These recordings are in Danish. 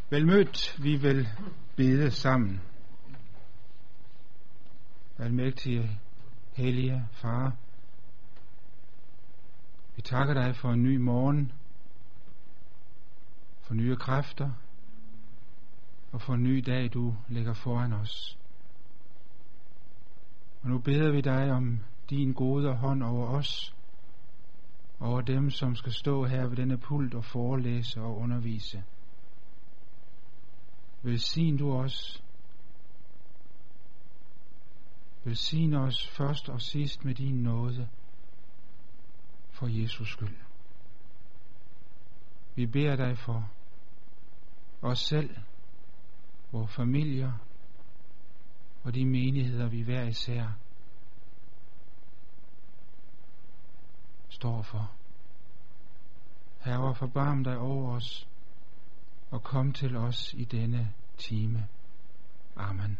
Vel mødt, vi vil bede sammen. Almægtige, hellige Far, vi takker dig for en ny morgen, for nye kræfter og for en ny dag, du lægger foran os. Og nu beder vi dig om din gode hånd over os, over dem, som skal stå her ved denne pult og forelæse og undervise. Velsign du os. Velsign os først og sidst med din nåde for Jesus skyld. Vi beder dig for os selv, vores familier og de menigheder, vi hver især står for. Herre, forbarm dig over os og kom til os i denne time. Amen.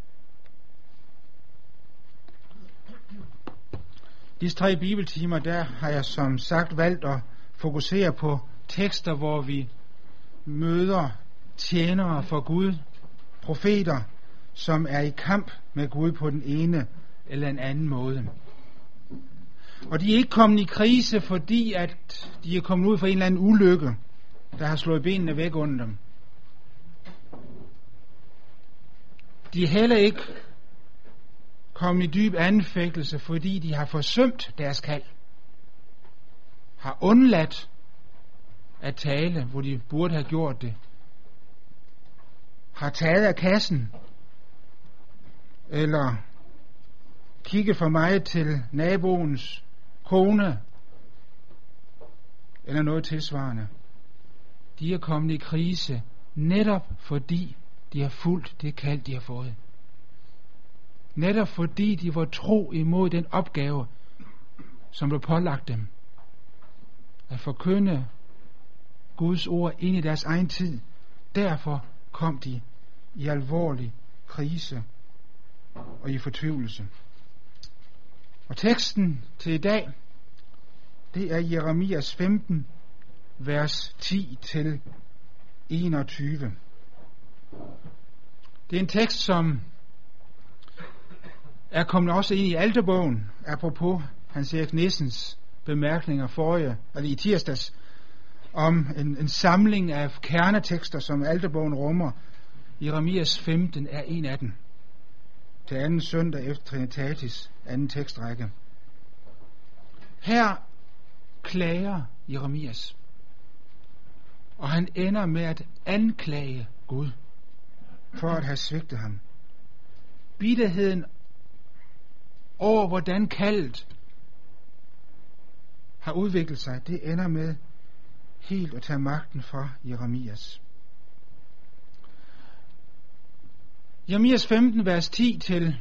Disse 3 bibeltimer, der har jeg som sagt valgt at fokusere på tekster, hvor vi møder tjenere for Gud, profeter, som er i kamp med Gud på den ene eller en anden måde. Og de er ikke kommet i krise, fordi at de er kommet ud for en eller anden ulykke, der har slået benene væk under dem. De er heller ikke kommet i dyb anfægtelse, fordi de har forsømt deres kald. Har undladt at tale, hvor de burde have gjort det. Har taget af kassen, eller kigget for meget til naboens kone, eller noget tilsvarende. De er kommet i krise, netop fordi de har fulgt det kald, de har fået. Netop fordi de var tro imod den opgave, som blev pålagt dem. At forkynde Guds ord ind i deres egen tid. Derfor kom de i alvorlig krise og i fortvivlelse. Og teksten til i dag, det er Jeremias 15, vers 10 til 21. Det er en tekst, som er kommet også ind i Alterbogen, apropos Hans Erik Nissens bemærkninger i tirsdags, om en samling af kernetekster, som Alterbogen rummer. Jeremias 15 er en af dem. Til anden søndag efter Trinitatis anden tekstrække. Her klager Jeremias, og han ender med at anklage Gud for at have svigtet ham. Bitterheden over hvordan kaldet har udviklet sig, det ender med helt at tage magten fra Jeremias. Jeremias 15, vers 10 til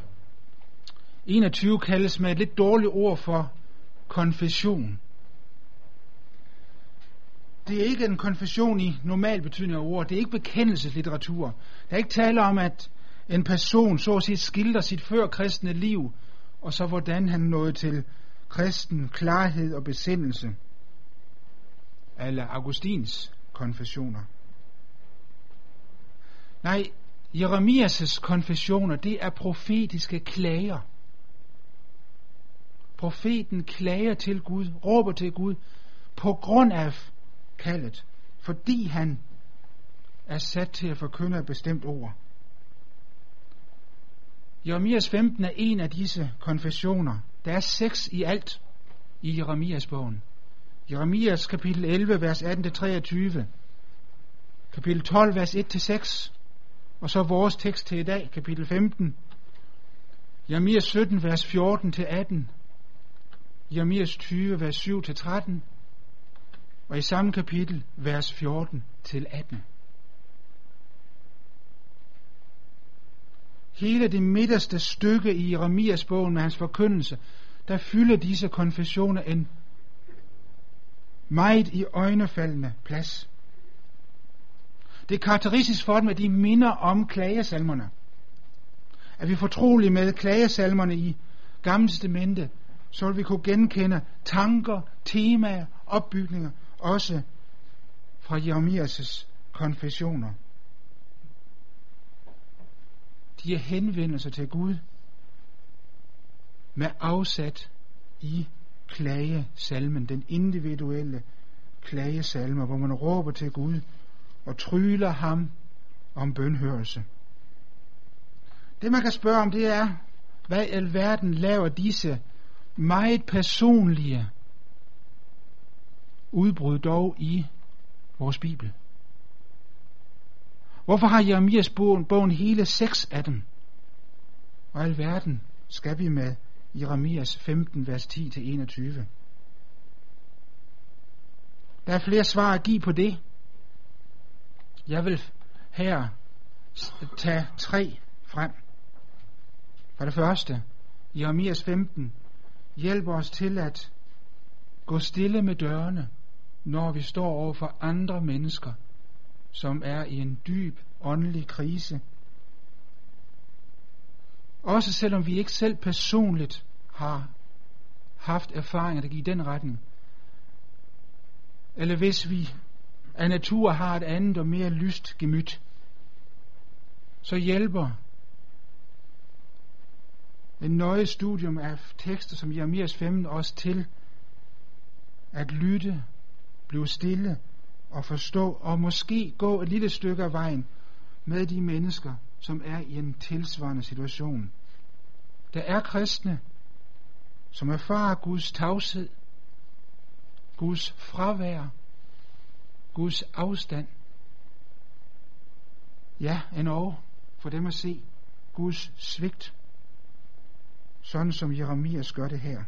21 kaldes med et lidt dårligt ord for konfession. Det er ikke en konfession i normal betydning af ord. Det er ikke bekendelseslitteratur. Der er ikke tale om, at en person så at sige skildrer sit førkristne liv, og så hvordan han nåede til kristen klarhed og besindelse. Eller Augustins konfessioner. Nej, Jeremias' konfessioner, det er profetiske klager. Profeten klager til Gud, råber til Gud, på grund af kaldet, fordi han er sat til at forkynde et bestemt ord. Jeremias 15 er en af disse konfessioner. Der er 6 i alt i Jeremias bogen. Jeremias kapitel 11, vers 18-23, kapitel 12, vers 1-6, og så vores tekst til i dag, kapitel 15, Jeremias 17, vers 14-18, Jeremias 20, vers 7-13, og i samme kapitel, vers 14-18. Hele det midterste stykke i Jeremias bogen med hans forkyndelse, der fylder disse konfessioner en meget i øjnefaldende plads. Det er karakteristisk for dem, at de minder om klagesalmerne. Er vi fortrolige med klagesalmerne i Gamle Testamente, så vil vi kunne genkende tanker, temaer, opbygninger, også fra Jeremias' konfessioner. de henvender sig til Gud med afsat i klagesalmen, den individuelle klagesalme, hvor man råber til Gud og tryller ham om bønhørelse. Det man kan spørge om, det er, hvad i alverden laver disse meget personlige udbrud dog i vores Bibel? Hvorfor har Jeremias bogen hele 6 af dem? Og alverden skal vi med Jeremias 15, vers 10-21. Der er flere svar at give på det. Jeg vil her tage 3 frem. For det første, Jeremias 15 hjælper os til at gå stille med dørene, når vi står over for andre mennesker, som er i en dyb åndelig krise. Også selvom vi ikke selv personligt har haft erfaringer, der giver den retning. Eller hvis vi af natur har et andet og mere lyst gemyt, så hjælper en nøje studium af tekster som Jeremias 15 os til at lytte, blive stille og forstå, og måske gå et lille stykke af vejen med de mennesker, som er i en tilsvarende situation. Der er kristne, som erfarer Guds tavshed, Guds fravær, Guds afstand. Ja, endog for dem at se Guds svigt, sådan som Jeremias gør det her.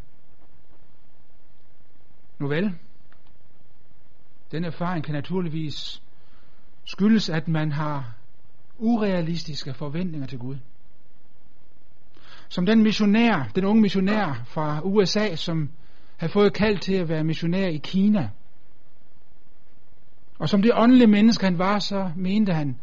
Nu vel, den erfaring kan naturligvis skyldes, at man har urealistiske forventninger til Gud. Som den unge missionær fra USA, som havde fået kald til at være missionær i Kina. Og som det åndelige menneske han var, så mente han,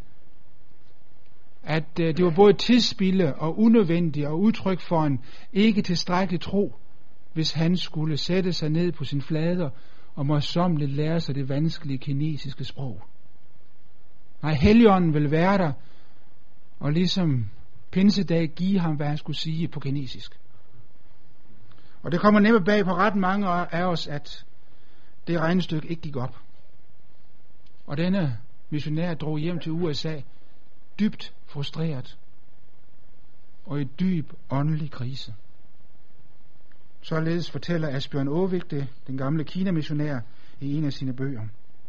at det var både tidsspilde og unødvendigt og udtryk for en ikke tilstrækkelig tro, hvis han skulle sætte sig ned på sin flader og møjsommeligt lære sig det vanskelige kinesiske sprog. Nej, Helligånden vil være der, og ligesom pinsedag give ham, hvad han skulle sige på kinesisk. Og det kommer næppe bag på ret mange af os, at det regnestykke ikke gik op. Og denne missionær drog hjem til USA, dybt frustreret og i dyb åndelig krise. Således fortæller Asbjørn Aavik det, den gamle Kina-missionær, i en af sine bøger.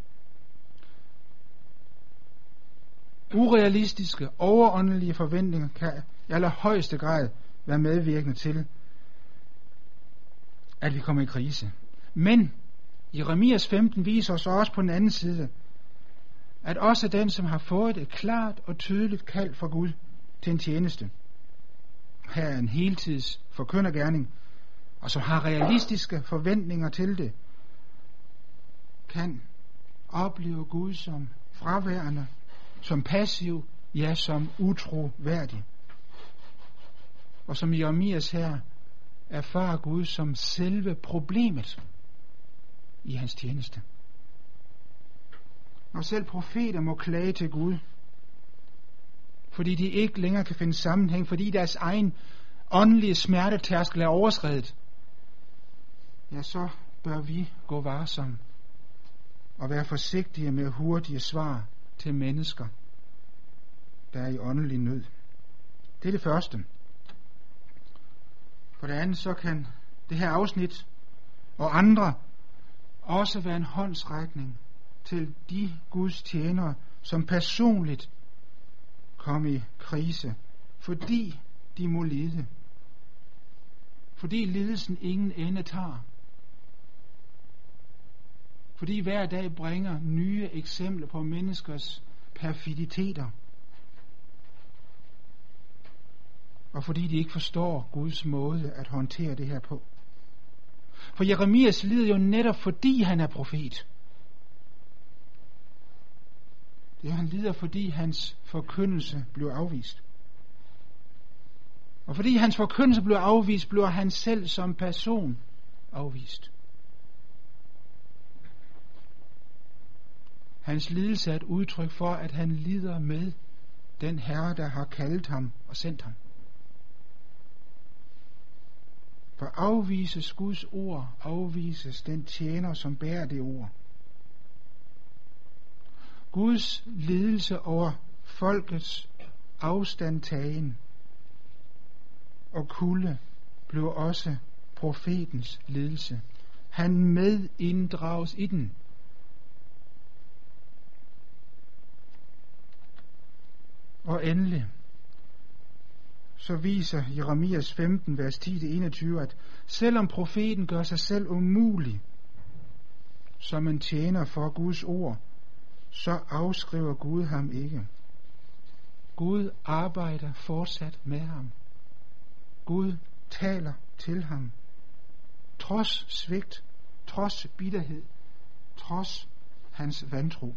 Urealistiske, overåndelige forventninger kan i allerhøjeste grad være medvirkende til, at vi kommer i krise. Men Jeremias 15 viser os også på den anden side, at også den, som har fået et klart og tydeligt kald fra Gud til en tjeneste, her er en heltids forkyndergerning, og som har realistiske forventninger til det, kan opleve Gud som fraværende, som passiv, ja, som utroværdig. Og som Jeremias her erfarer Gud som selve problemet i hans tjeneste. Og selv profeter må klage til Gud, fordi de ikke længere kan finde sammenhæng, fordi deres egen åndelige smertetærskel er overskredet. Ja, så bør vi gå varsom og være forsigtige med hurtige svar til mennesker, der er i åndelig nød. Det er det første. For det andet, så kan det her afsnit og andre også være en håndsrækning til de Guds tjenere, som personligt kom i krise, fordi de må lide. Fordi lidelsen ingen ende tager. Fordi hver dag bringer nye eksempler på menneskers perfiditeter. Og fordi de ikke forstår Guds måde at håndtere det her på. For Jeremias lider jo netop fordi han er profet. Det han lider, fordi hans forkyndelse blev afvist. Og fordi hans forkyndelse blev afvist, blev han selv som person afvist. Hans lidelse er et udtryk for, at han lider med den Herre, der har kaldt ham og sendt ham. For afvises Guds ord, afvises den tjener, som bærer det ord. Guds ledelse over folkets afstandtagen og kulde blev også profetens ledelse. Han medinddrages i den. Og endelig så viser Jeremias 15, vers 10-21, at selvom profeten gør sig selv umulig som en tjener for Guds ord, så afskriver Gud ham ikke. Gud arbejder fortsat med ham. Gud taler til ham. Trods svigt, trods bitterhed, trods hans vantro.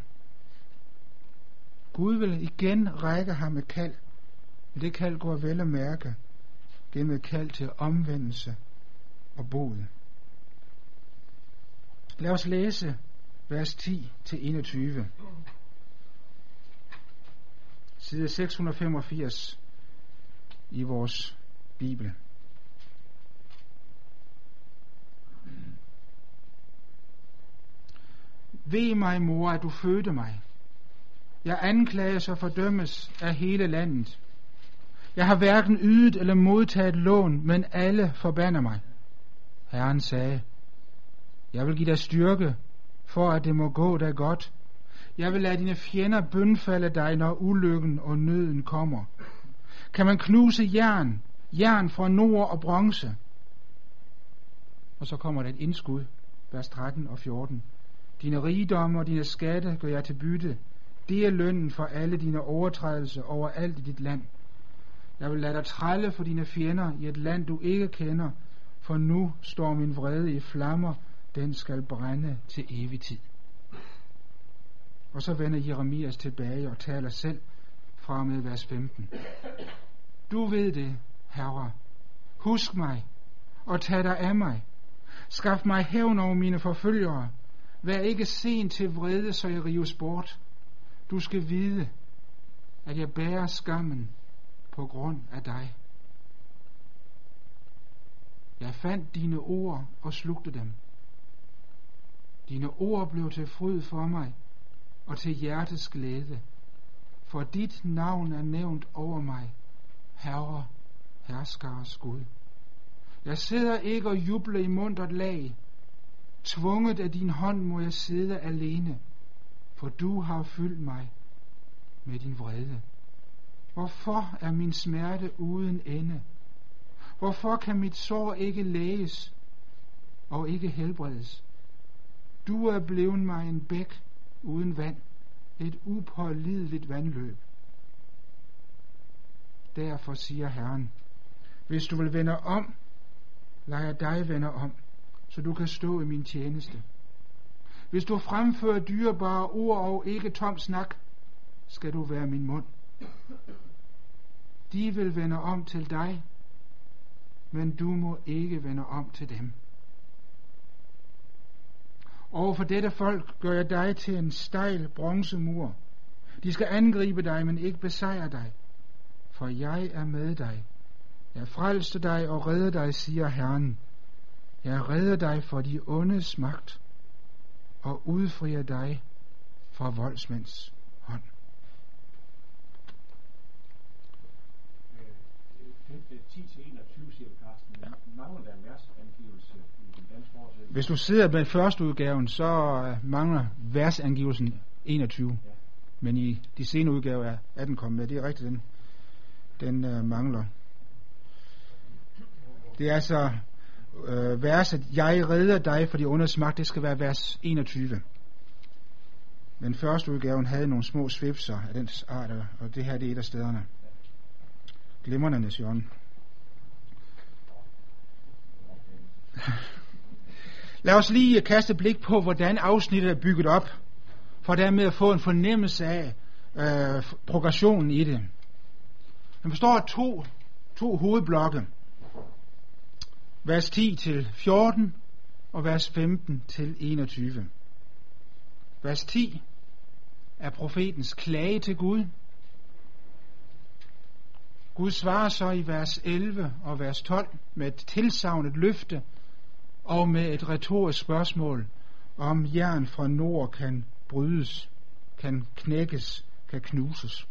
Gud vil igen række ham et kald. Det kald går vel at mærke gennem et kald til omvendelse og bod. Lad os læse vers 10-21. Side 685 i vores Bibel. Ved mig, mor, at du fødte mig. Jeg anklages og fordømmes af hele landet. Jeg har hverken ydet eller modtaget lån, men alle forbander mig. Herren sagde, jeg vil give dig styrke, for at det må gå dig godt. Jeg vil lade dine fjender bønfalde dig, når ulykken og nøden kommer. Kan man knuse jern fra nord og bronze? Og så kommer der et indskud, vers 13 og 14. Dine rigdomme og dine skatte gør jeg til bytte. Det er lønnen for alle dine overtrædelser overalt i dit land. Jeg vil lade dig trælle for dine fjender i et land, du ikke kender, for nu står min vrede i flammer, den skal brænde til evig tid. Og så vender Jeremias tilbage og taler selv fra med vers 15. Du ved det, Herre. Husk mig og tag dig af mig. Skaf mig hævn over mine forfølgere. Vær ikke sen til vrede, så jeg rives bort. Du skal vide, at jeg bærer skammen på grund af dig. Jeg fandt dine ord og slugte dem. Dine ord blev til fryd for mig og til hjertets glæde. For dit navn er nævnt over mig, Herre, herskers Gud. Jeg sidder ikke og jubler i muntert lag. Tvunget af din hånd må jeg sidde alene, for du har fyldt mig med din vrede. Hvorfor er min smerte uden ende? Hvorfor kan mit sår ikke læges og ikke helbredes? Du er blevet mig en bæk uden vand, et upålideligt vandløb. Derfor siger Herren, hvis du vil vende om, lad jeg dig vende om, så du kan stå i min tjeneste. Hvis du fremfører dyrebare ord og ikke tom snak, skal du være min mund. De vil vende om til dig, men du må ikke vende om til dem. Overfor dette folk gør jeg dig til en stejl bronzemur. De skal angribe dig, men ikke besejre dig, for jeg er med dig. Jeg frelste dig og redder dig, siger Herren. Jeg redder dig for de ondes magt og udfrier dig fra voldsmænds hånd. 10-21 siger Karsten. Ja. Mangler der versangivelse i den danske oversættelse? Hvis du sidder med første udgaven, så mangler versangivelsen 21. Ja. Men i de senere udgaver er den kommet med. Det er rigtigt, den mangler. Det er altså verset, jeg redder dig for de ondes magt, det skal være vers 21. Men første udgaven havde nogle små svipser af den art, og det her det er et af stederne. Glimrende nation. Lad os lige kaste blik på, hvordan afsnittet er bygget op, for dermed at få en fornemmelse af progressionen i det. Man forstår to hovedblokke. Vers 10-14 og vers 15-21. Vers 10 er profetens klage til Gud. Gud svarer så i vers 11 og vers 12 med et tilsagn, et løfte, og med et retorisk spørgsmål, om jern fra nord kan brydes, kan knækkes, kan knuses.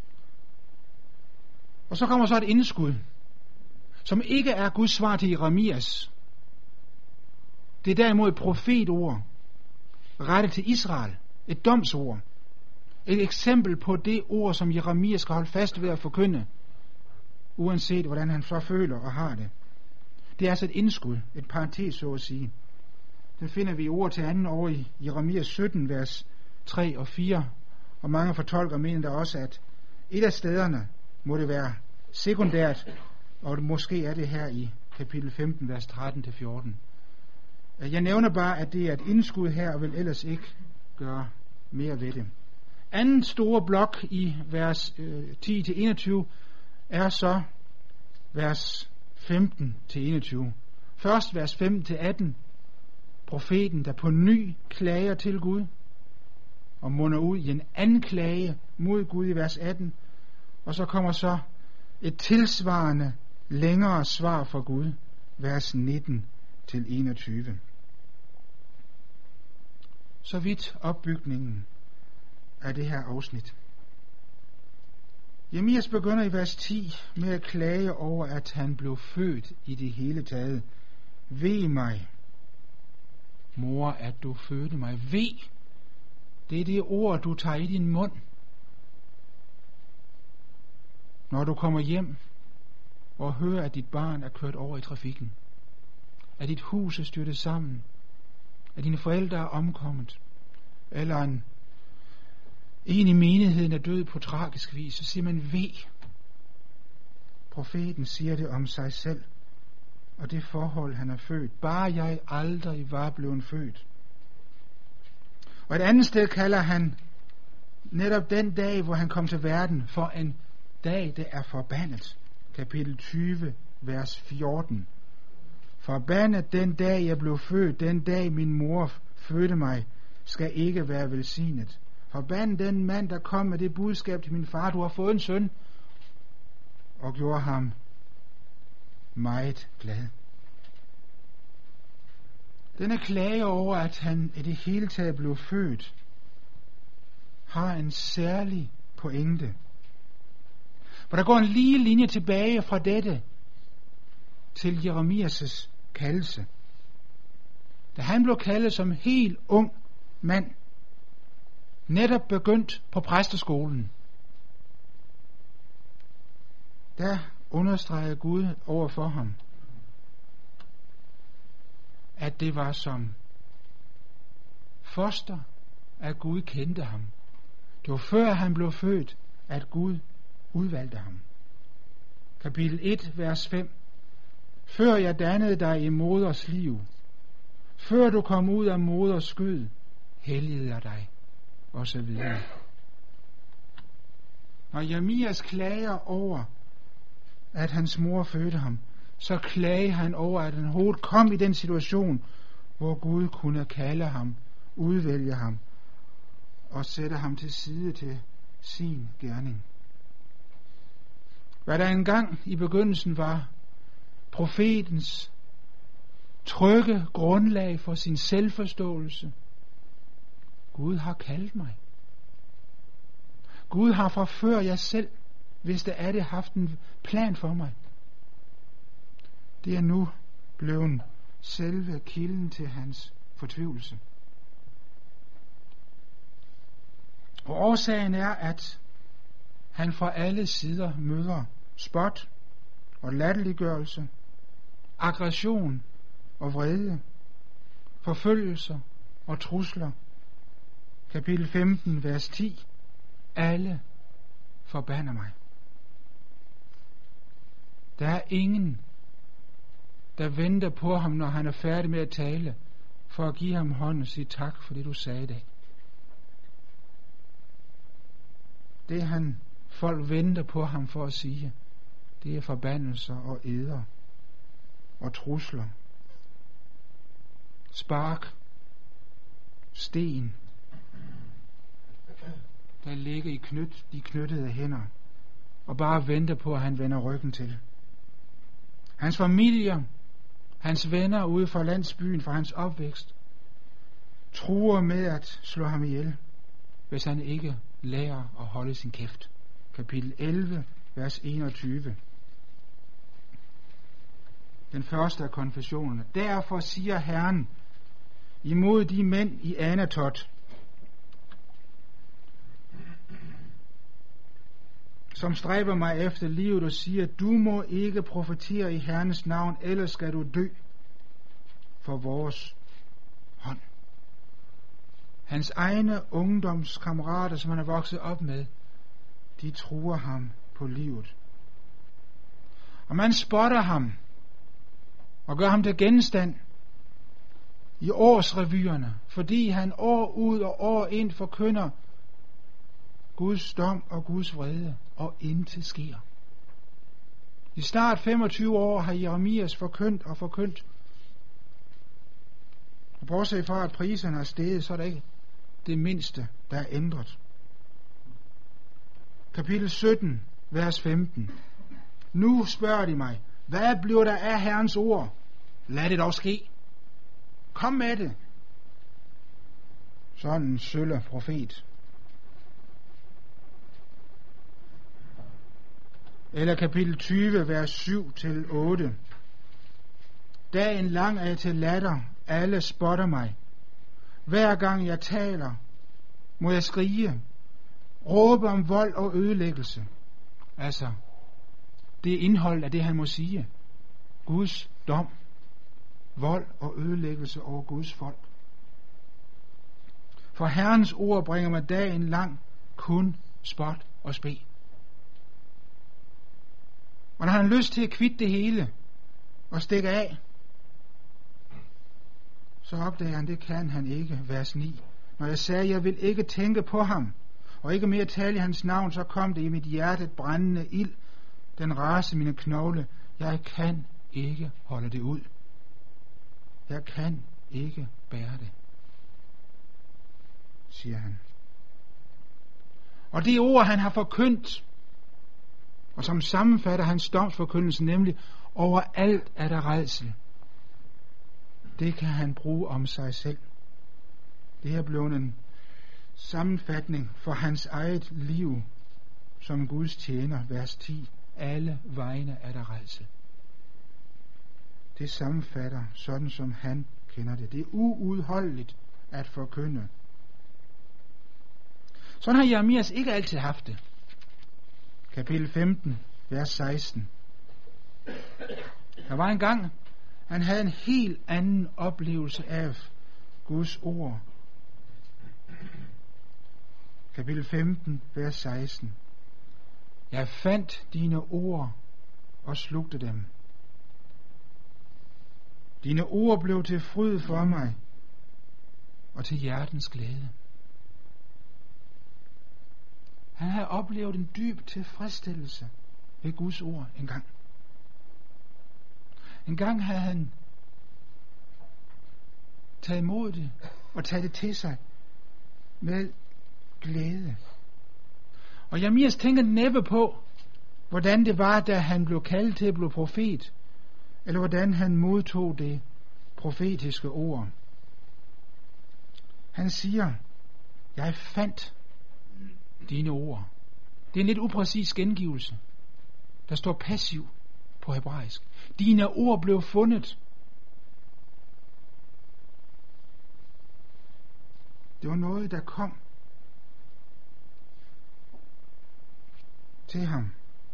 Og så kommer så et indskud, som ikke er Guds svar til Jeremias. Det er derimod et profetord, rettet til Israel, et domsord. Et eksempel på det ord, som Jeremias skal holde fast ved at forkynde, uanset hvordan han så føler og har det. Det er altså et indskud, et parentes, så at sige. Den finder vi i ord til anden over i Jeremias 17, vers 3 og 4. Og mange fortolker mener der også, at et af stederne må det være sekundært, og måske er det her i kapitel 15, vers 13-14. Jeg nævner bare, at det er et indskud her, og vil ellers ikke gøre mere ved det. Anden store blok i vers 10-21 er så vers 15-21. Først vers 15-18. Profeten, der på ny klager til Gud, og munder ud i en anklage mod Gud i vers 18. Og så kommer så et tilsvarende længere svar fra Gud, vers 19-21. Så vidt opbygningen af det her afsnit. Jeremias begynder i vers 10 med at klage over, at han blev født i det hele taget. Ve mig, mor, at du fødte mig. Ve, det er det ord, du tager i din mund, når du kommer hjem og hører, at dit barn er kørt over i trafikken, at dit hus er styrtet sammen, at dine forældre er omkommet, eller en i menigheden er død på tragisk vis, så siger man ve. Profeten siger det om sig selv, og det forhold, han er født. Bare jeg aldrig var blevet født. Og et andet sted kalder han netop den dag, hvor han kom til verden, for en dag, der er forbandet. Kapitel 20, vers 14. Forbandet den dag, jeg blev født, den dag min mor fødte mig, skal ikke være velsignet. Forbandet den mand, der kom med det budskab til min far, du har fået en søn, og gjorde ham meget glad. Denne klage over, at han i det hele taget blev født, har en særlig pointe. For der går en lige linje tilbage fra dette til Jeremias' kaldelse. Da han blev kaldet som helt ung mand, netop begyndt på præsteskolen, der understregede Gud over for ham, at det var som foster, at Gud kendte ham. Det var før han blev født, at Gud udvalgte ham. Kapitel 1, vers 5. Før jeg dannede dig i moders liv, før du kom ud af moders skød, helligede jeg dig, og så videre. Når Jeremias klager over, at hans mor fødte ham, så klager han over, at han overhovedet kom i den situation, hvor Gud kunne kalde ham, udvælge ham og sætte ham til side til sin gerning. Hvad der engang i begyndelsen var profetens trygge grundlag for sin selvforståelse. Gud har kaldt mig. Gud har fra før jeg selv vidste af det haft en plan for mig. Det er nu blevet selve kilden til hans fortvivlelse. Og årsagen er, at han fra alle sider møder spot og latterliggørelse, aggression og vrede, forfølgelser og trusler. Kapitel 15, vers 10. Alle forbander mig. Der er ingen, der venter på ham, når han er færdig med at tale, for at give ham hånd og sige tak for det, du sagde i dag. Det folk venter på ham for at sige, det er forbandelser og eder og trusler, spark, sten, der ligger i de knyttede hænder. og bare venter på, at han vender ryggen til. Hans familie, hans venner ude fra landsbyen, fra hans opvækst, truer med at slå ham ihjel, hvis han ikke lærer at holde sin kæft. Kapitel 11, vers 21. Den første af konfessionerne. Derfor siger Herren imod de mænd i Anatot, som stræber mig efter livet og siger, du må ikke profetere i Herrens navn, ellers skal du dø for vores hånd. Hans egne ungdomskammerater, som han er vokset op med, de truer ham på livet. Og man spotter ham og gør ham til genstand i årsrevyerne, fordi han år ud og år ind forkynder Guds dom og Guds vrede, og intet sker. I snart 25 år har Jeremias forkyndt og forkyndt. Og bortset fra, at priserne er steget, så er det ikke det mindste, der er ændret. Kapitel 17, vers 15. Nu spørger de mig, hvad bliver der af Herrens ord? Lad det dog ske. Kom med det. Sådan en sølle profet. Eller kapitel 20, vers 7-8. Dagen lang er jeg til latter, alle spotter mig. Hver gang jeg taler, må jeg skrige, råbe om vold og ødelæggelse. Altså, det er indholdet af det, han må sige. Guds dom, vold og ødelæggelse over Guds folk. For Herrens ord bringer mig dagen lang kun spot og spe. Og når han har lyst til at kvitte det hele og stikke af, så opdager han, det kan han ikke, vers 9. Når jeg sagde, jeg vil ikke tænke på ham, og ikke mere tale i hans navn, så kom det i mit hjerte et brændende ild, den rasede mine knogle. Jeg kan ikke holde det ud. Jeg kan ikke bære det, siger han. Og det ord, han har forkyndt, og som sammenfatter hans domsforkyndelse, nemlig overalt er der rædsel. Det kan han bruge om sig selv. Det er blevet en sammenfatning for hans eget liv som Guds tjener, vers 10. Alle vegne er der rædsel. Det sammenfatter sådan, som han kender det. Det er uudholdeligt at forkynde. Sådan har Jeremias ikke altid haft det. Kapitel 15, vers 16. Der var en gang, han havde en helt anden oplevelse af Guds ord. Kapitel 15, vers 16. Jeg fandt dine ord og slugte dem. Dine ord blev til fryd for mig og til hjertens glæde. Han havde oplevet en dyb tilfredsstillelse ved Guds ord engang. En gang havde han taget imod det og taget det til sig med glæde. Og Jeremias tænker næppe på, hvordan det var, da han blev kaldt til at blive profet, eller hvordan han modtog det profetiske ord. Han siger, jeg fandt dine ord. Det er en lidt upræcis gengivelse. Der står passiv på hebraisk. Dine ord blev fundet. Det var noget, der kom til ham.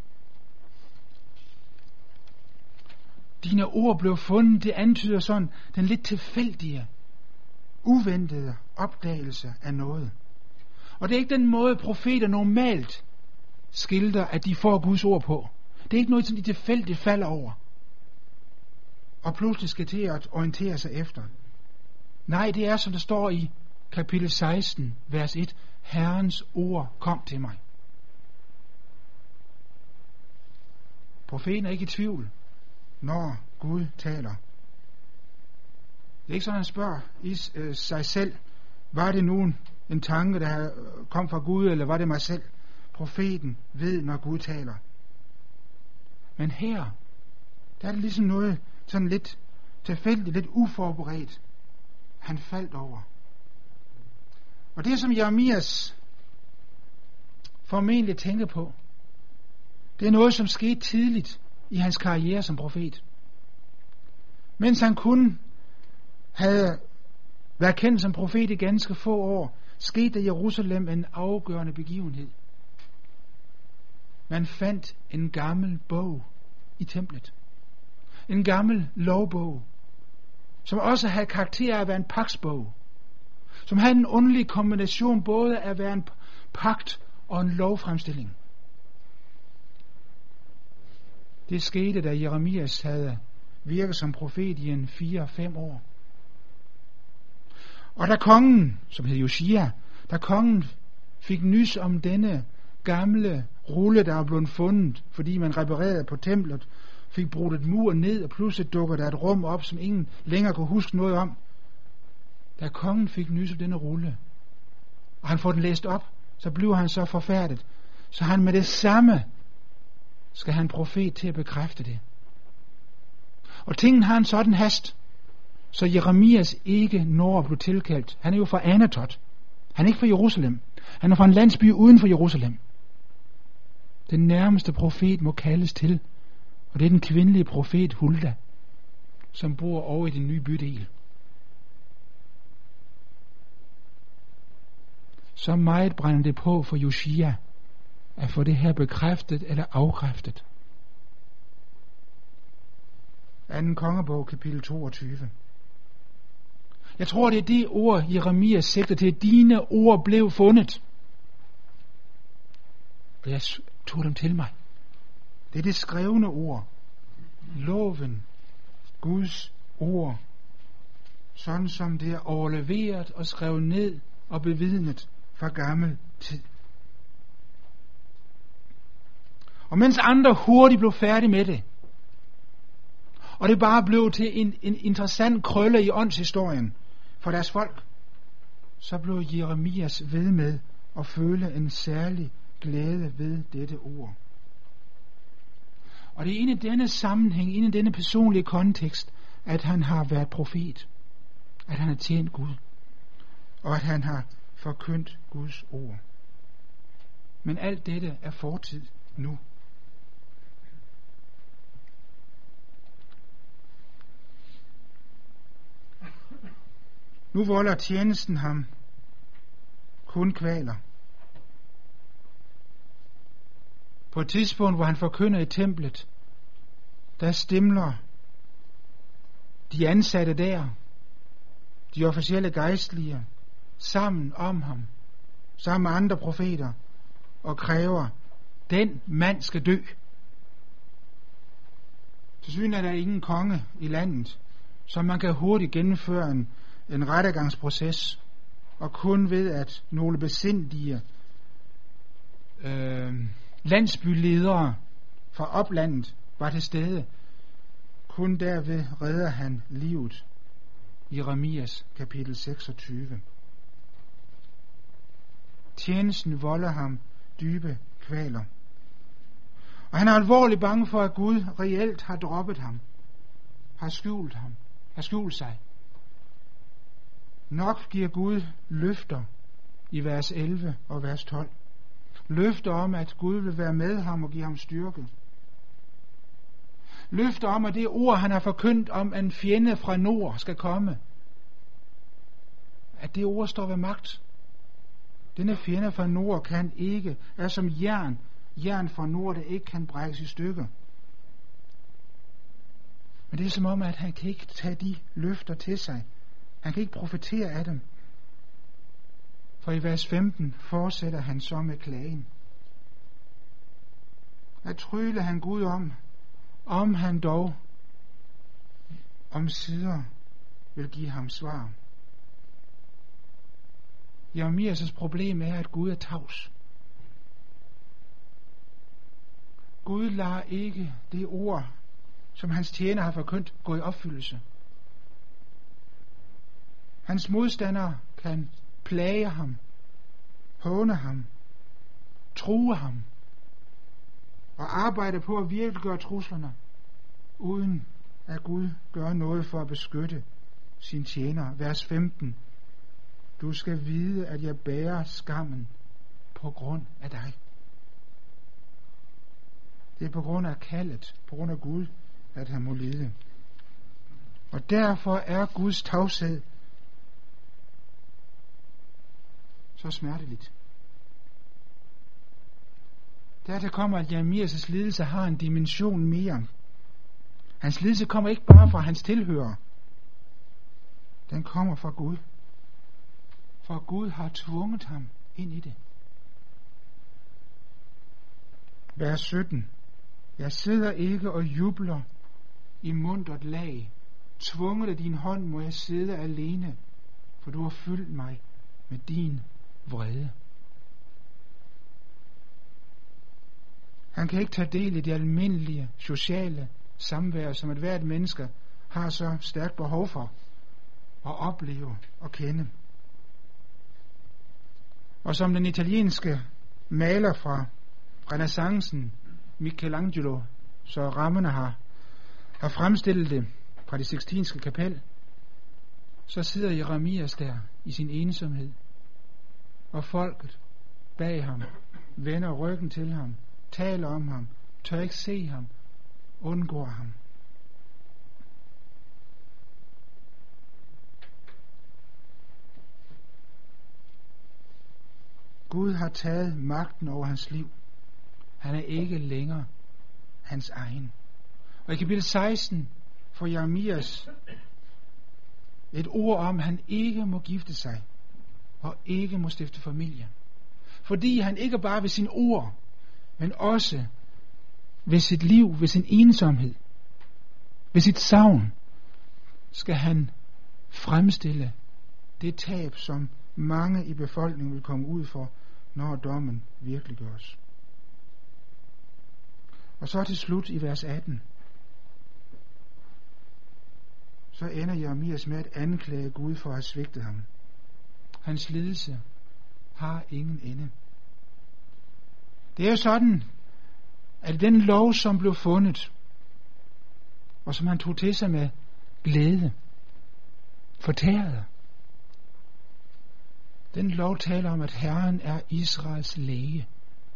Dine ord blev fundet, det antyder sådan den lidt tilfældige, uventede opdagelse af noget. Og det er ikke den måde, profeter normalt skildrer, at de får Guds ord på. Det er ikke noget, som de tilfældigt falder over. Og pludselig skal til at orientere sig efter. Nej, det er, som der står i kapitel 16, vers 1. Herrens ord kom til mig. Profeten er ikke i tvivl, når Gud taler. Det er ikke sådan, han spørger i sig selv, var det nu en tanke, der kom fra Gud, eller var det mig selv? profeten ved, når Gud taler. Men her, der er det ligesom noget sådan lidt tilfældigt, lidt uforberedt, han faldt over. Og det, som Jeremias formentlig tænker på, det er noget, som skete tidligt i hans karriere som profet. Mens han kun havde været kendt som profet i ganske få år, skete i Jerusalem en afgørende begivenhed. Man fandt en gammel bog i templet. En gammel lovbog, som også havde karakter af at være en pagtsbog. Som havde en underlig kombination både af at være en pagt og en lovfremstilling. Det skete, da Jeremias havde virket som profet i en 4-5 år. Og da kongen, som hed Josia, da kongen fik nys om denne gamle rulle, der var blevet fundet, fordi man reparerede på templet, fik brudt et mur ned, og pludselig dukker der et rum op, som ingen længere kunne huske noget om. Da kongen fik nys om denne rulle, og han får den læst op, så bliver han så forfærdet, så han med det samme skal han profet til at bekræfte det. Og tingen har en sådan hast, så Jeremias ikke når at blive tilkaldt. Han er jo fra Anatot. Han er ikke fra Jerusalem. Han er fra en landsby uden for Jerusalem. Den nærmeste profet må kaldes til, og det er den kvindelige profet Hulda, som bor over i den nye bydel. Så meget brænder det på for Josia at få det her bekræftet eller afkræftet. 2. kongebog, kapitel 22. Jeg tror, det er det ord, Jeremias sigter til. Dine ord blev fundet. Og jeg tog dem til mig. Det er det skrevne ord. Loven. Guds ord. Sådan som det er overleveret og skrevet ned og bevidnet fra gammel tid. Og mens andre hurtigt blev færdige med det, og det bare blev til en interessant krølle i åndshistorien for deres folk, så blev Jeremias ved med at føle en særlig glæde ved dette ord. Og det er inde i denne sammenhæng, inde i denne personlige kontekst, at han har været profet, at han har tjent Gud, og at han har forkyndt Guds ord. Men alt dette er fortid nu. Nu volder tjenesten ham kun kvaler. På et tidspunkt, hvor han forkynder i templet, der stimler de ansatte der, de officielle gejstlige, sammen om ham, sammen med andre profeter, og kræver, den mand skal dø. Til syne er der ingen konge i landet, så man kan hurtigt gennemføre en rettergangsproces, og kun ved at nogle besindige landsbyledere fra oplandet var til stede, kun derved redder han livet. Jeremias kapitel 26. Tjenesten volder ham dybe kvaler. Og han er alvorligt bange for, at Gud reelt har droppet ham, har skjult sig. Nok giver Gud løfter i vers 11 og vers 12. Løfter om, at Gud vil være med ham og give ham styrke. Løfter om, at det ord, han har forkyndt om, en fjende fra nord skal komme, at det ord står ved magt. Denne fjende fra nord kan ikke, er som jern fra nord, der ikke kan brækkes i stykker. Men det er som om, at han kan ikke tage de løfter til sig. Han kan ikke profetere af dem. For i vers 15 fortsætter han så med klagen. At trylle han Gud om han dog omsider vil give ham svar. Jeremias' problem er, at Gud er tavs. Gud lader ikke det ord, som hans tjener har forkyndt, gå i opfyldelse. Hans modstandere kan plage ham, håne ham, true ham og arbejde på at virkeliggøre truslerne, uden at Gud gør noget for at beskytte sin tjener. Vers 15. Du skal vide, at jeg bærer skammen på grund af dig. Det er på grund af kaldet, på grund af Gud, at han må lide. Og derfor er Guds tavshed så smerteligt. Dertil kommer, at Jeremias' lidelse har en dimension mere. Hans lidelse kommer ikke bare fra hans tilhører. Den kommer fra Gud. For Gud har tvunget ham ind i det. Vers 17. Jeg sidder ikke og jubler i muntert lag. Tvunget af din hånd må jeg sidde alene, for du har fyldt mig med din vrede. Han kan ikke tage del i det almindelige sociale samvær, som et hvert menneske har så stærkt behov for at opleve og kende. Og som den italienske maler fra renæssancen, Michelangelo, så rammerne har fremstillet det fra det Sixtinske kapel, så sidder Jeremias der i sin ensomhed, og folket bag ham vender ryggen til ham, taler om ham, tør ikke se ham, undgår ham. Gud har taget magten over hans liv. Han er ikke længere hans egen. Og i kapitel 16 får Jeremias et ord om, at han ikke må gifte sig og ikke må stifte familie. Fordi han ikke bare ved sin ord, men også ved sit liv, ved sin ensomhed, ved sit savn, skal han fremstille det tab, som mange i befolkningen vil komme ud for, når dommen virkelig gøres. Og så til slut i vers 18, så ender Jeremias med at anklage Gud for at have svigtet ham. Hans lidelse har ingen ende. Det er jo sådan, at den lov, som blev fundet, og som han tog til sig med glæde, fortærede, den lov taler om, at Herren er Israels læge.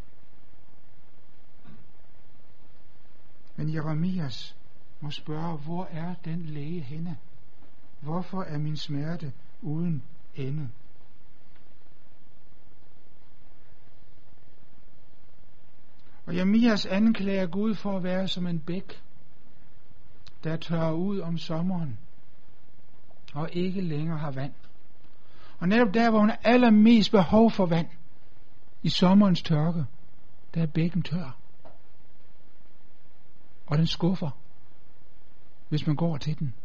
Men Jeremias må spørge, hvor er den læge henne? Hvorfor er min smerte uden ende? Og Jeremias anklager Gud for at være som en bæk, der tørrer ud om sommeren og ikke længere har vand. Og netop der, hvor hun har allermest behov for vand, i sommerens tørke, der er bækken tør. Og den skuffer, hvis man går til den.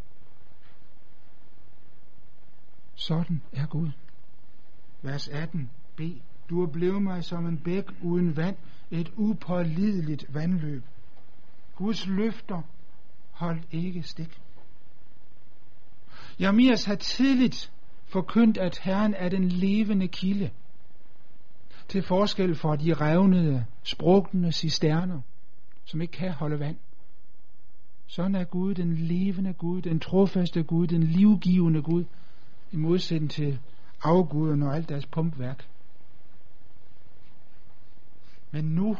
Sådan er Gud. Vers 18b. Du er blevet mig som en bæk uden vand, et upålideligt vandløb. Guds løfter holdt ikke stik. Jeremias har tidligt forkyndt, at Herren er den levende kilde, til forskel for de revnede, sprukne cisterner, som ikke kan holde vand. Sådan er Gud den levende Gud, den trofaste Gud, den livgivende Gud, i modsætning til afguderne og alt deres pumpværk. Men nu,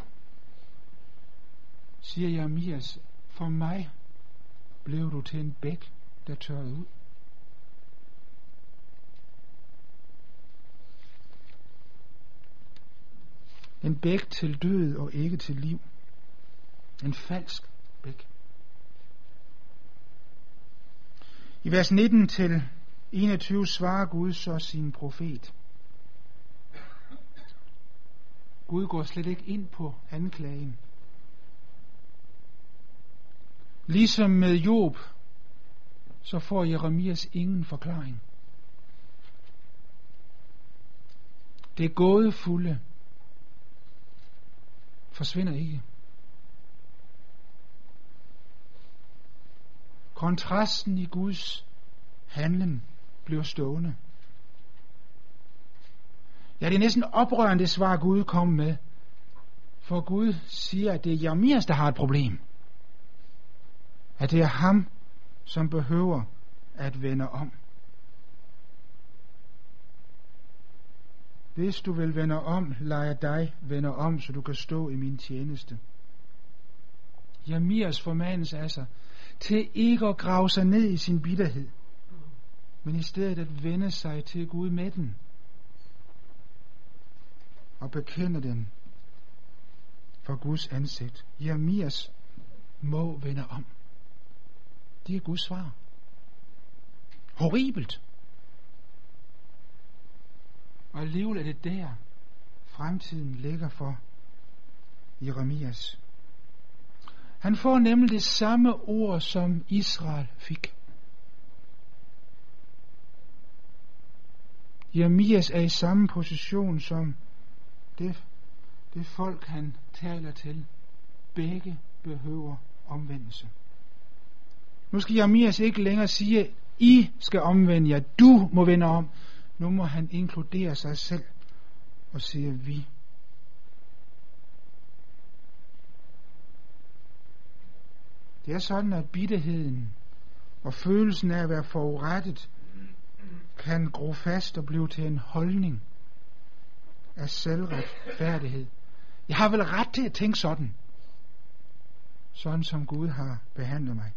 siger Jeremias, for mig blev du til en bæk, der tørrede ud. En bæk til død og ikke til liv. En falsk bæk. I vers 19 til 21 svarer Gud så sin profet. Gud går slet ikke ind på anklagen. Ligesom med Job, så får Jeremias ingen forklaring. Det gådefulde forsvinder ikke. Kontrasten i Guds handlen bliver stående. Ja, det er næsten oprørende det svar, Gud kom med For Gud siger, at det er Jeremias, der har et problem. At det er ham, som behøver at vende om. Hvis du vil vende om, lader jeg dig vende om, så du kan stå i min tjeneste. Jeremias formanelse er sig til ikke at grave sig ned i sin bitterhed, men i stedet at vende sig til Gud med den og bekende den for Guds ansigt. Jeremias må vende om. Det er Guds svar. Horribelt. Og alligevel er det der, fremtiden ligger for Jeremias. Han får nemlig det samme ord, som Israel fik. Jeremias er i samme position som det folk, han taler til. Begge behøver omvendelse. Nu skal Jeremias ikke længere sige, I skal omvende jer, du må vende om. Nu må han inkludere sig selv og sige vi. Det er sådan, at bitterheden og følelsen af at være forurettet kan gro fast og blive til en holdning af selvretfærdighed. Jeg har vel ret til at tænke sådan. Sådan som Gud har behandlet mig.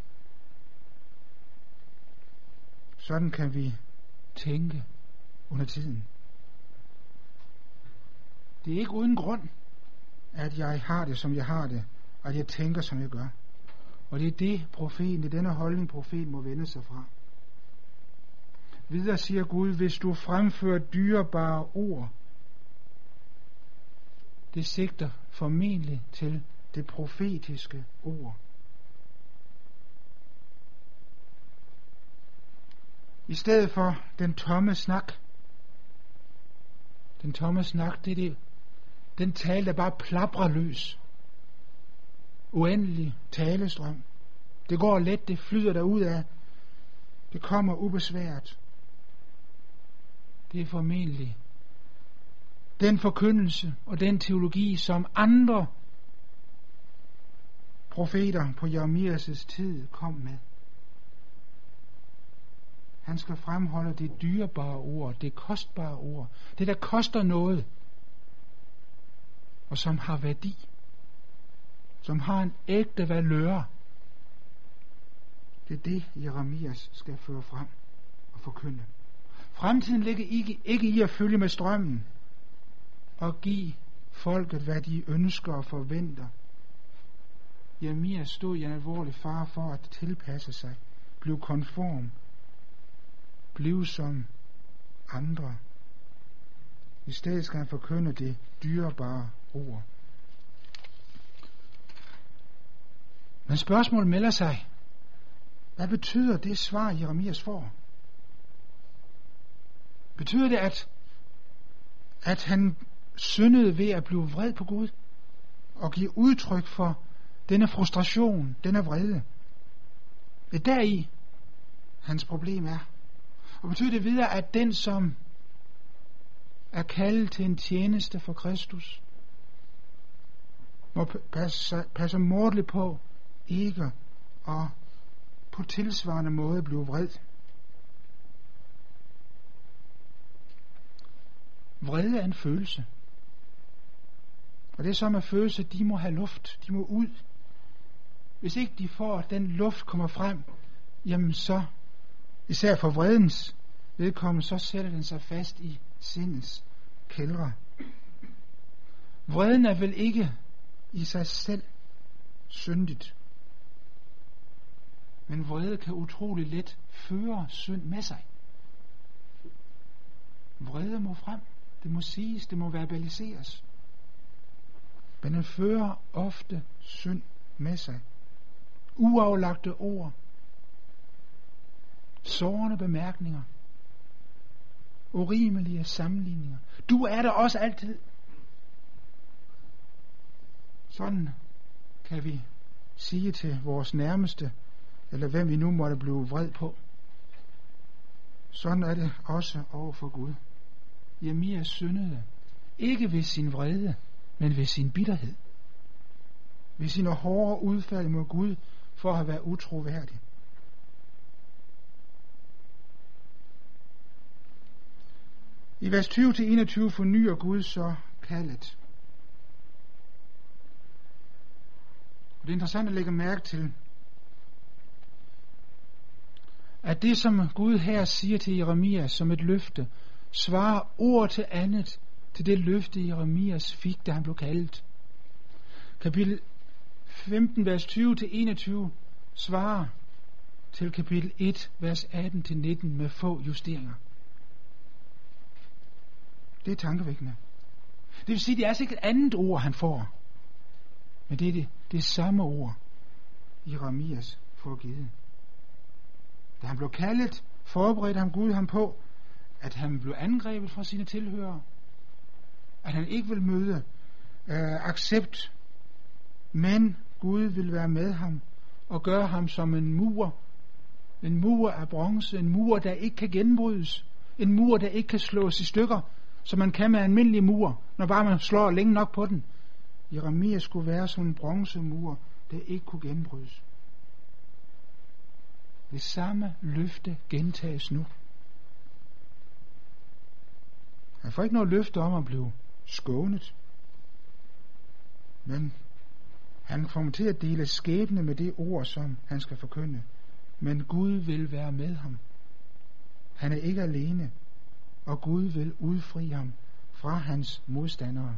Sådan kan vi tænke under tiden. Det er ikke uden grund, at jeg har det, som jeg har det, og at jeg tænker, som jeg gør. Og det er det, profeten, det er denne holdning, profeten må vende sig fra. Videre siger Gud, hvis du fremfører dyrebare ord, det sigter formentlig til det profetiske ord. I stedet for den tomme snak. Den tomme snak, det er det. Den tale, der bare plaprer løs. Uendelig talestrøm. Det går let, det flyder derud af. Det kommer ubesværet. Det er formentlig den forkyndelse og den teologi, som andre profeter på Jeremias' tid kom med. Han skal fremholde det dyrebare ord, det kostbare ord, det der koster noget, og som har værdi, som har en ægte valør. Det er det, Jeremias skal føre frem og forkynde. Fremtiden ligger ikke i at følge med strømmen og give folket, hvad de ønsker og forventer. Jeremias stod i en alvorlig fare for at tilpasse sig, blive konform, blive som andre. I stedet skal han forkynde det dyrebare ord. Men spørgsmålet melder sig. Hvad betyder det svar, Jeremias får? Betyder det, at han syndede ved at blive vred på Gud og give udtryk for denne frustration, denne vrede? Det er deri, hans problem er. Og betyder det videre, at den, som er kaldet til en tjeneste for Kristus, må passe mordeligt på ikke at på tilsvarende måde blive vred. Vrede er en følelse. Og det er som at følelser, de må have luft, de må ud. Hvis ikke de får, at den luft kommer frem, jamen så, især for vredens vedkommende, så sætter den sig fast i sindets kældre. Vreden er vel ikke i sig selv syndigt. Men vrede kan utrolig let føre synd med sig. Vrede må frem. Det må siges, det må verbaliseres. Men den fører ofte synd med sig. Uaflagte ord. Sårende bemærkninger. Urimelige sammenligninger. Du er der også altid. Sådan kan vi sige til vores nærmeste, eller hvem vi nu måtte blive vred på. Sådan er det også over for Gud. Jeremias syndede ikke ved sin vrede, men ved sin bitterhed. Ved sine hårde udfald mod Gud for at have været utroværdig. I vers 20-21 fornyer Gud så kaldet. Det er interessant at lægge mærke til, at det, som Gud her siger til Jeremias som et løfte, svarer ord til andet til det løfte, Jeremias fik, da han blev kaldet. Kapitel 15, vers 20-21 svarer til kapitel 1, vers 18-19 med få justeringer. Det er tankevækkende. Det vil sige, det er altså ikke et andet ord, han får, men det er det samme ord, Jeremias får givet. Da han blev kaldet, forberedte ham Gud ham på, at han blev angrebet fra sine tilhørere, at han ikke vil møde accept, men Gud vil være med ham og gøre ham som en mur af bronze, en mur, der ikke kan genbrydes, en mur, der ikke kan slås i stykker, som man kan med en almindelig mur, når bare man slår længe nok på den. Jeremias skulle være som en bronzemur, der ikke kunne genbrydes. Det samme løfte gentages nu. Han får ikke noget løfte om at blive skånet, men han kommer til at dele skæbne med det ord, som han skal forkynde. Men Gud vil være med ham. Han er ikke alene, og Gud vil udfri ham fra hans modstandere.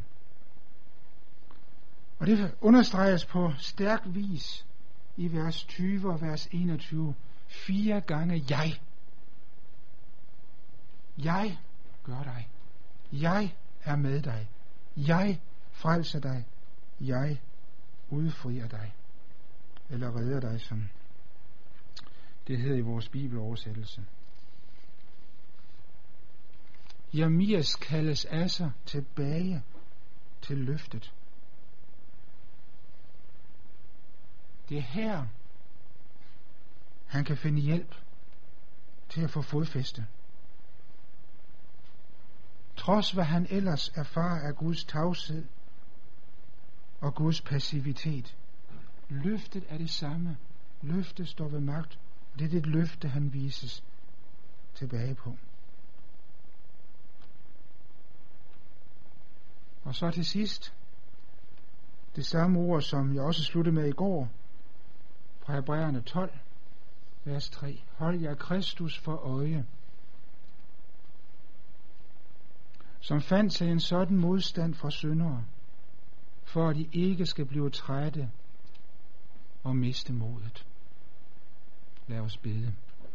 Og det understreges på stærk vis i vers 20 og vers 21. 4 gange jeg. Jeg gør dig. Jeg er med dig. Jeg frelser dig. Jeg udfrier dig. Eller redder dig, som det hedder i vores bibeloversættelse. Jeremias kaldes altså tilbage til løftet. Det er her, han kan finde hjælp til at få fodfæste. Trods hvad han ellers erfarer af Guds tavshed og Guds passivitet. Løftet er det samme. Løftet står ved magt, og det er det løfte, han vises tilbage på. Og så til sidst, det samme ord, som jeg også sluttede med i går, fra Hebræerne 12, vers 3. Hold jer Kristus for øje, som fandt sig en sådan modstand fra syndere, for at de ikke skal blive trætte og miste modet. Lad os bede.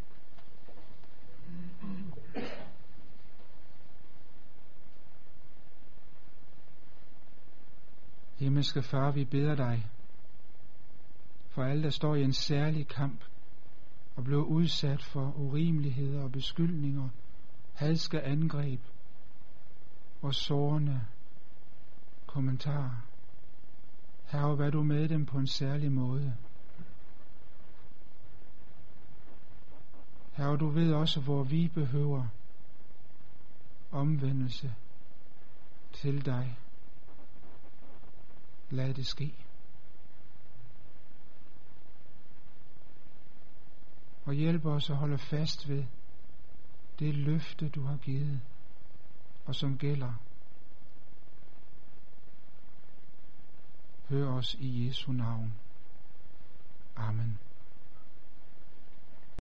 Himmelske Far, vi beder dig for alle, der står i en særlig kamp og bliver udsat for urimeligheder og beskyldninger, hadske angreb og sårende kommentarer. Herre, vær du med dem på en særlig måde. Herre, du ved også, hvor vi behøver omvendelse til dig. Lad det ske. Og hjælp os at holde fast ved det løfte, du har givet, og som gælder. Hør os i Jesu navn.